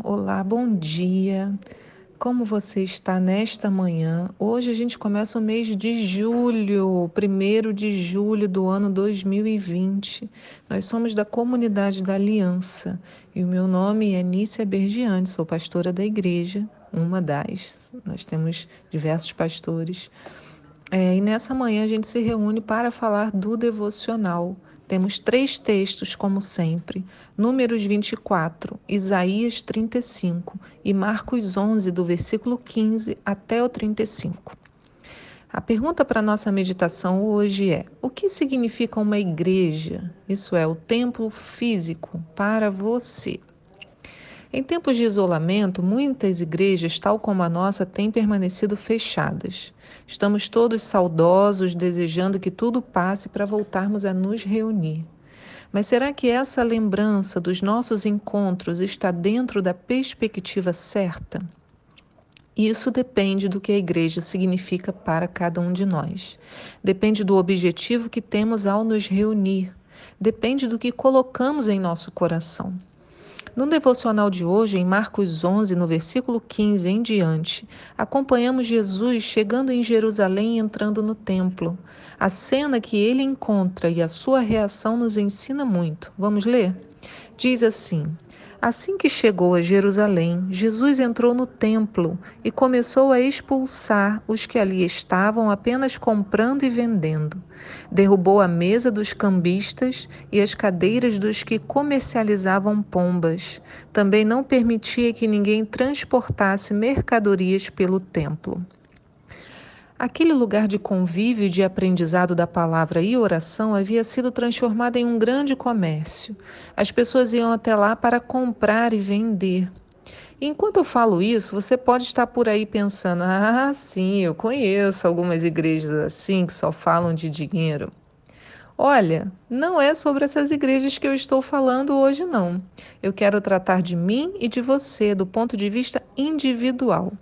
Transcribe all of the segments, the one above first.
Olá, bom dia. Como você está nesta manhã? Hoje a gente começa o mês de julho, 1º de julho do ano 2020. Nós somos da comunidade da Aliança e o meu nome é Nícia Bergiani, sou pastora da igreja, uma das. Nós temos diversos pastores. E nessa manhã a gente se reúne para falar do devocional. Temos 3 textos, como sempre: Números 24, Isaías 35 e Marcos 11, do versículo 15 até o 35. A pergunta para a nossa meditação hoje é: o que significa uma igreja? Isso é, o templo físico para você. Em tempos de isolamento, muitas igrejas, tal como a nossa, têm permanecido fechadas. Estamos todos saudosos, desejando que tudo passe para voltarmos a nos reunir. Mas será que essa lembrança dos nossos encontros está dentro da perspectiva certa? Isso depende do que a igreja significa para cada um de nós. Depende do objetivo que temos ao nos reunir. Depende do que colocamos em nosso coração. No devocional de hoje, em Marcos 11, no versículo 15 em diante, acompanhamos Jesus chegando em Jerusalém e entrando no templo. A cena que ele encontra e a sua reação nos ensina muito. Vamos ler? Diz assim: Assim que chegou a Jerusalém, Jesus entrou no templo e começou a expulsar os que ali estavam apenas comprando e vendendo. Derrubou a mesa dos cambistas e as cadeiras dos que comercializavam pombas. Também não permitia que ninguém transportasse mercadorias pelo templo. Aquele lugar de convívio e de aprendizado da palavra e oração havia sido transformado em um grande comércio. As pessoas iam até lá para comprar e vender. E enquanto eu falo isso, você pode estar por aí pensando: sim, eu conheço algumas igrejas assim que só falam de dinheiro. Olha, não é sobre essas igrejas que eu estou falando hoje, não. Eu quero tratar de mim e de você do ponto de vista individual.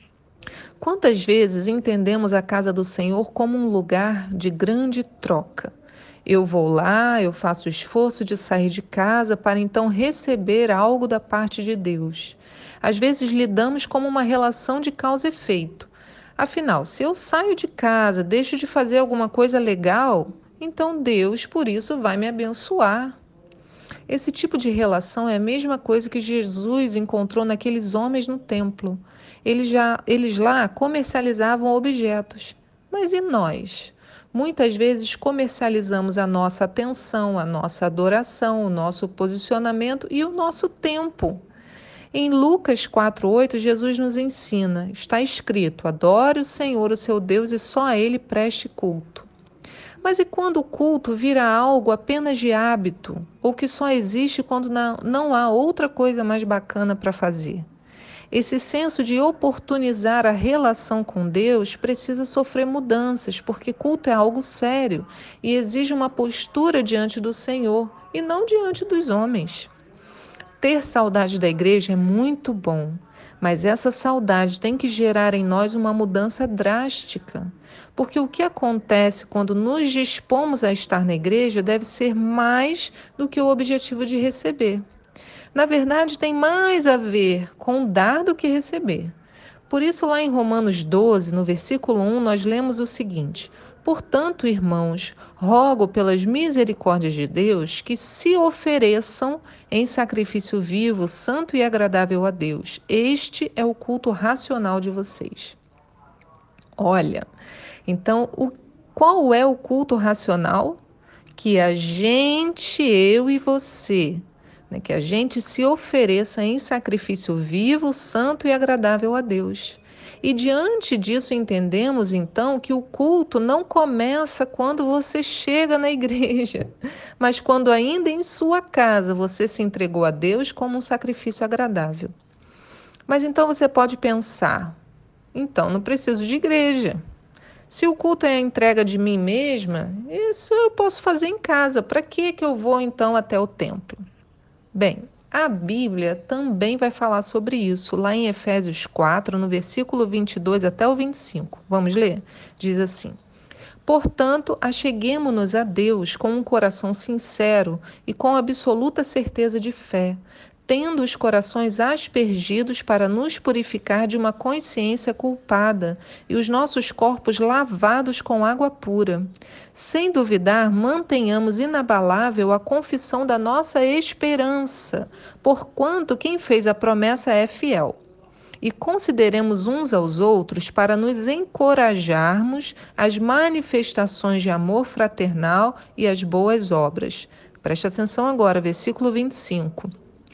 Quantas vezes entendemos a casa do Senhor como um lugar de grande troca? Eu vou lá, eu faço o esforço de sair de casa para então receber algo da parte de Deus. Às vezes lidamos como uma relação de causa e efeito. Afinal, se eu saio de casa, deixo de fazer alguma coisa legal, então Deus, por isso, vai me abençoar. Esse tipo de relação é a mesma coisa que Jesus encontrou naqueles homens no templo. Eles lá comercializavam objetos. Mas e nós? Muitas vezes comercializamos a nossa atenção, a nossa adoração, o nosso posicionamento e o nosso tempo. Em Lucas 4:8, Jesus nos ensina, está escrito: adore o Senhor, o seu Deus, e só a Ele preste culto. Mas e quando o culto vira algo apenas de hábito, ou que só existe quando não há outra coisa mais bacana para fazer? Esse senso de oportunizar a relação com Deus precisa sofrer mudanças, porque culto é algo sério e exige uma postura diante do Senhor e não diante dos homens. Ter saudade da igreja é muito bom, mas essa saudade tem que gerar em nós uma mudança drástica. Porque o que acontece quando nos dispomos a estar na igreja deve ser mais do que o objetivo de receber. Na verdade, tem mais a ver com dar do que receber. Por isso, lá em Romanos 12, no versículo 1, nós lemos o seguinte: portanto, irmãos, rogo pelas misericórdias de Deus que se ofereçam em sacrifício vivo, santo e agradável a Deus. Este é o culto racional de vocês. Olha, então, qual é o culto racional? Que a gente, eu e você, que a gente se ofereça em sacrifício vivo, santo e agradável a Deus. E diante disso entendemos então que o culto não começa quando você chega na igreja, mas quando ainda em sua casa você se entregou a Deus como um sacrifício agradável. Mas então você pode pensar: então não preciso de igreja. Se o culto é a entrega de mim mesma, isso eu posso fazer em casa. Para que eu vou então até o templo? Bem, a Bíblia também vai falar sobre isso, lá em Efésios 4, no versículo 22 até o 25. Vamos ler? Diz assim: portanto, acheguemo-nos a Deus com um coração sincero e com absoluta certeza de fé, tendo os corações aspergidos para nos purificar de uma consciência culpada e os nossos corpos lavados com água pura. Sem duvidar, mantenhamos inabalável a confissão da nossa esperança, porquanto quem fez a promessa é fiel. E consideremos uns aos outros para nos encorajarmos às manifestações de amor fraternal e às boas obras. Preste atenção agora, versículo 25.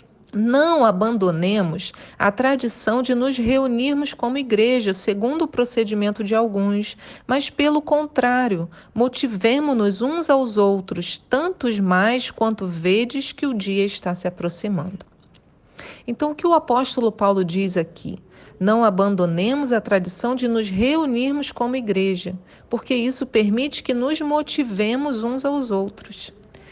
Não abandonemos a tradição de nos reunirmos como igreja, segundo o procedimento de alguns, mas, pelo contrário, motivemo-nos uns aos outros, tantos mais quanto vedes que o dia está se aproximando. Então, o que o apóstolo Paulo diz aqui? Não abandonemos a tradição de nos reunirmos como igreja, porque isso permite que nos motivemos uns aos outros.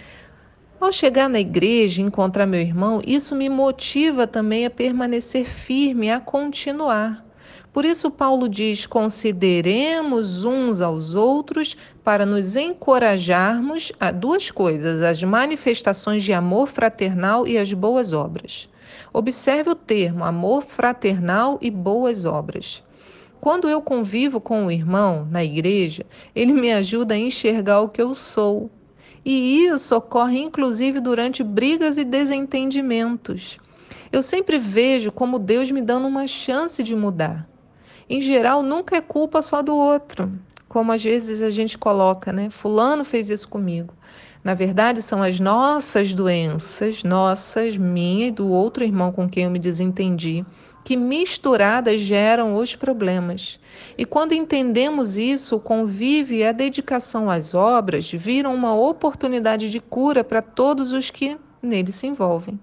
Ao chegar na igreja e encontrar meu irmão, isso me motiva também a permanecer firme, a continuar. Por isso Paulo diz, consideremos uns aos outros para nos encorajarmos a duas coisas, as manifestações de amor fraternal e as boas obras. Observe o termo, amor fraternal e boas obras. Quando eu convivo com o irmão na igreja, ele me ajuda a enxergar o que eu sou. E isso ocorre inclusive durante brigas e desentendimentos. Eu sempre vejo como Deus me dando uma chance de mudar. Em geral, nunca é culpa só do outro, como às vezes a gente coloca, né? Fulano fez isso comigo. Na verdade, são as nossas doenças, minha e do outro irmão com quem eu me desentendi, que misturadas geram os problemas. E quando entendemos isso, o convívio e a dedicação às obras viram uma oportunidade de cura para todos os que nele se envolvem.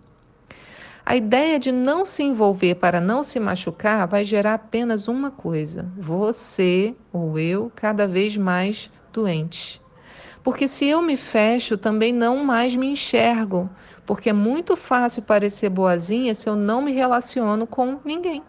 A ideia de não se envolver para não se machucar vai gerar apenas uma coisa: você ou eu cada vez mais doentes. Porque se eu me fecho, também não mais me enxergo, porque é muito fácil parecer boazinha se eu não me relaciono com ninguém.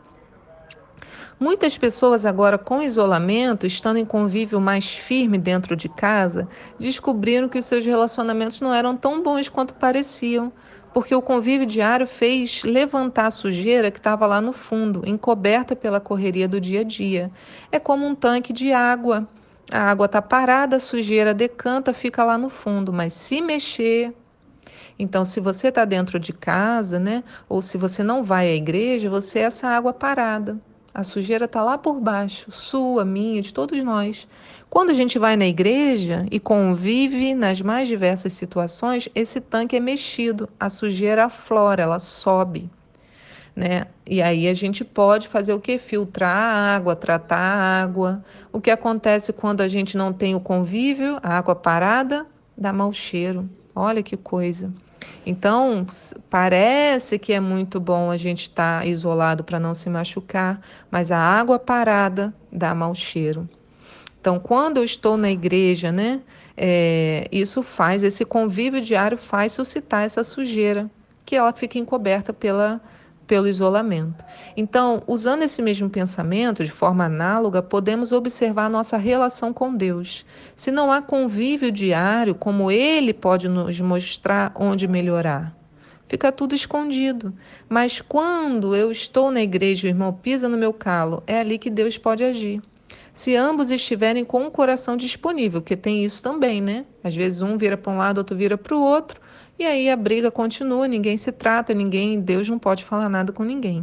Muitas pessoas agora com isolamento, estando em convívio mais firme dentro de casa, descobriram que os seus relacionamentos não eram tão bons quanto pareciam, porque o convívio diário fez levantar a sujeira que estava lá no fundo, encoberta pela correria do dia a dia. É como um tanque de água. A água está parada, a sujeira decanta, fica lá no fundo, mas se mexer... Então, se você está dentro de casa, né, ou se você não vai à igreja, você é essa água parada. A sujeira está lá por baixo, sua, minha, de todos nós. Quando a gente vai na igreja e convive nas mais diversas situações, esse tanque é mexido, a sujeira aflora, ela sobe. Né? E aí a gente pode fazer o quê? Filtrar a água, tratar a água. O que acontece quando a gente não tem o convívio, a água parada, dá mau cheiro. Olha que coisa. Então, parece que é muito bom a gente estar isolado para não se machucar, mas a água parada dá mau cheiro. Então, quando eu estou na igreja, né, isso faz, esse convívio diário faz suscitar essa sujeira, que ela fica encoberta pelo isolamento. Então, usando esse mesmo pensamento, de forma análoga, podemos observar nossa relação com Deus. Se não há convívio diário, como Ele pode nos mostrar onde melhorar? Fica tudo escondido. Mas quando eu estou na igreja e o irmão pisa no meu calo, é ali que Deus pode agir. Se ambos estiverem com o coração disponível, porque tem isso também, né? Às vezes um vira para um lado, outro vira para o outro, e aí a briga continua, ninguém se trata, Deus não pode falar nada com ninguém.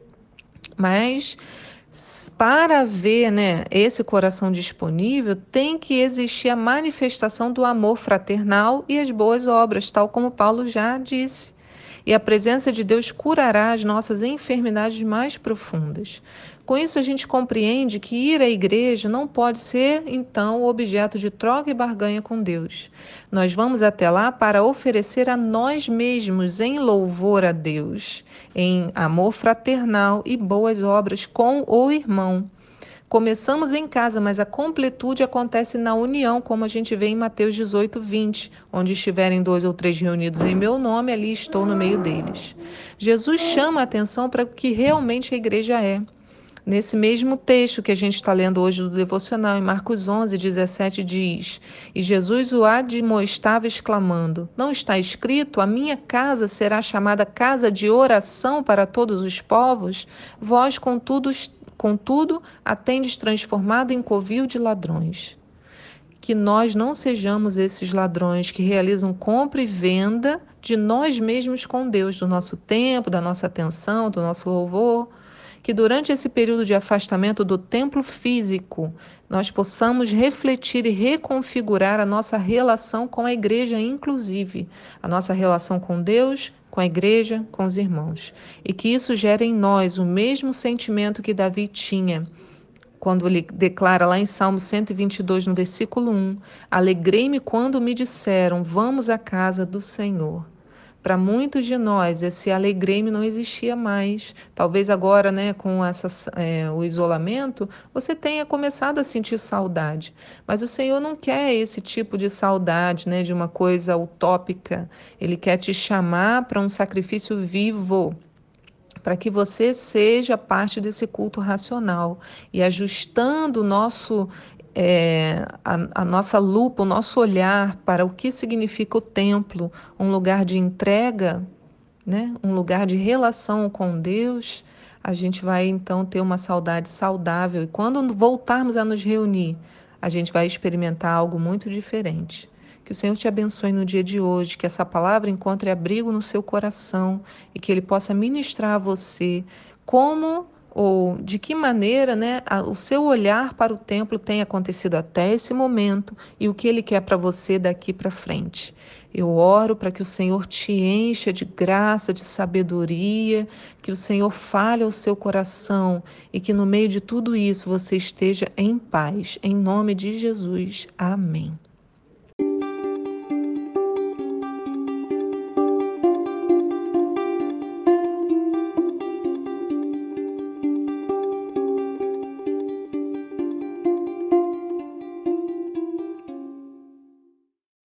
Mas para haver, né, esse coração disponível, tem que existir a manifestação do amor fraternal e as boas obras, tal como Paulo já disse. E a presença de Deus curará as nossas enfermidades mais profundas. Com isso, a gente compreende que ir à igreja não pode ser, então, objeto de troca e barganha com Deus. Nós vamos até lá para oferecer a nós mesmos em louvor a Deus, em amor fraternal e boas obras com o irmão. Começamos em casa, mas a completude acontece na união, como a gente vê em Mateus 18, 20, onde estiverem 2 ou 3 reunidos em meu nome, ali estou no meio deles. Jesus chama a atenção para o que realmente a igreja é. Nesse mesmo texto que a gente está lendo hoje do devocional, em Marcos 11:17 diz: E Jesus o admoestava exclamando: Não está escrito, a minha casa será chamada casa de oração para todos os povos? Vós, contudo, a tendes transformado em covil de ladrões. Que nós não sejamos esses ladrões que realizam compra e venda de nós mesmos com Deus, do nosso tempo, da nossa atenção, do nosso louvor. Que durante esse período de afastamento do templo físico, nós possamos refletir e reconfigurar a nossa relação com a igreja, inclusive a nossa relação com Deus, com a igreja, com os irmãos. E que isso gere em nós o mesmo sentimento que Davi tinha quando ele declara lá em Salmo 122, no versículo 1, alegrei-me quando me disseram, vamos à casa do Senhor. Para muitos de nós, esse alegrei-me não existia mais. Talvez agora, né, com o isolamento, você tenha começado a sentir saudade. Mas o Senhor não quer esse tipo de saudade, né, de uma coisa utópica. Ele quer te chamar para um sacrifício vivo, para que você seja parte desse culto racional e ajustando a nossa lupa, o nosso olhar para o que significa o templo, um lugar de entrega, né? Um lugar de relação com Deus, a gente vai então ter uma saudade saudável e quando voltarmos a nos reunir, a gente vai experimentar algo muito diferente. Que o Senhor te abençoe no dia de hoje, que essa palavra encontre abrigo no seu coração e que Ele possa ministrar a você como ou de que maneira, né, o seu olhar para o templo tem acontecido até esse momento e o que Ele quer para você daqui para frente. Eu oro para que o Senhor te encha de graça, de sabedoria, que o Senhor fale ao seu coração e que no meio de tudo isso você esteja em paz. Em nome de Jesus. Amém.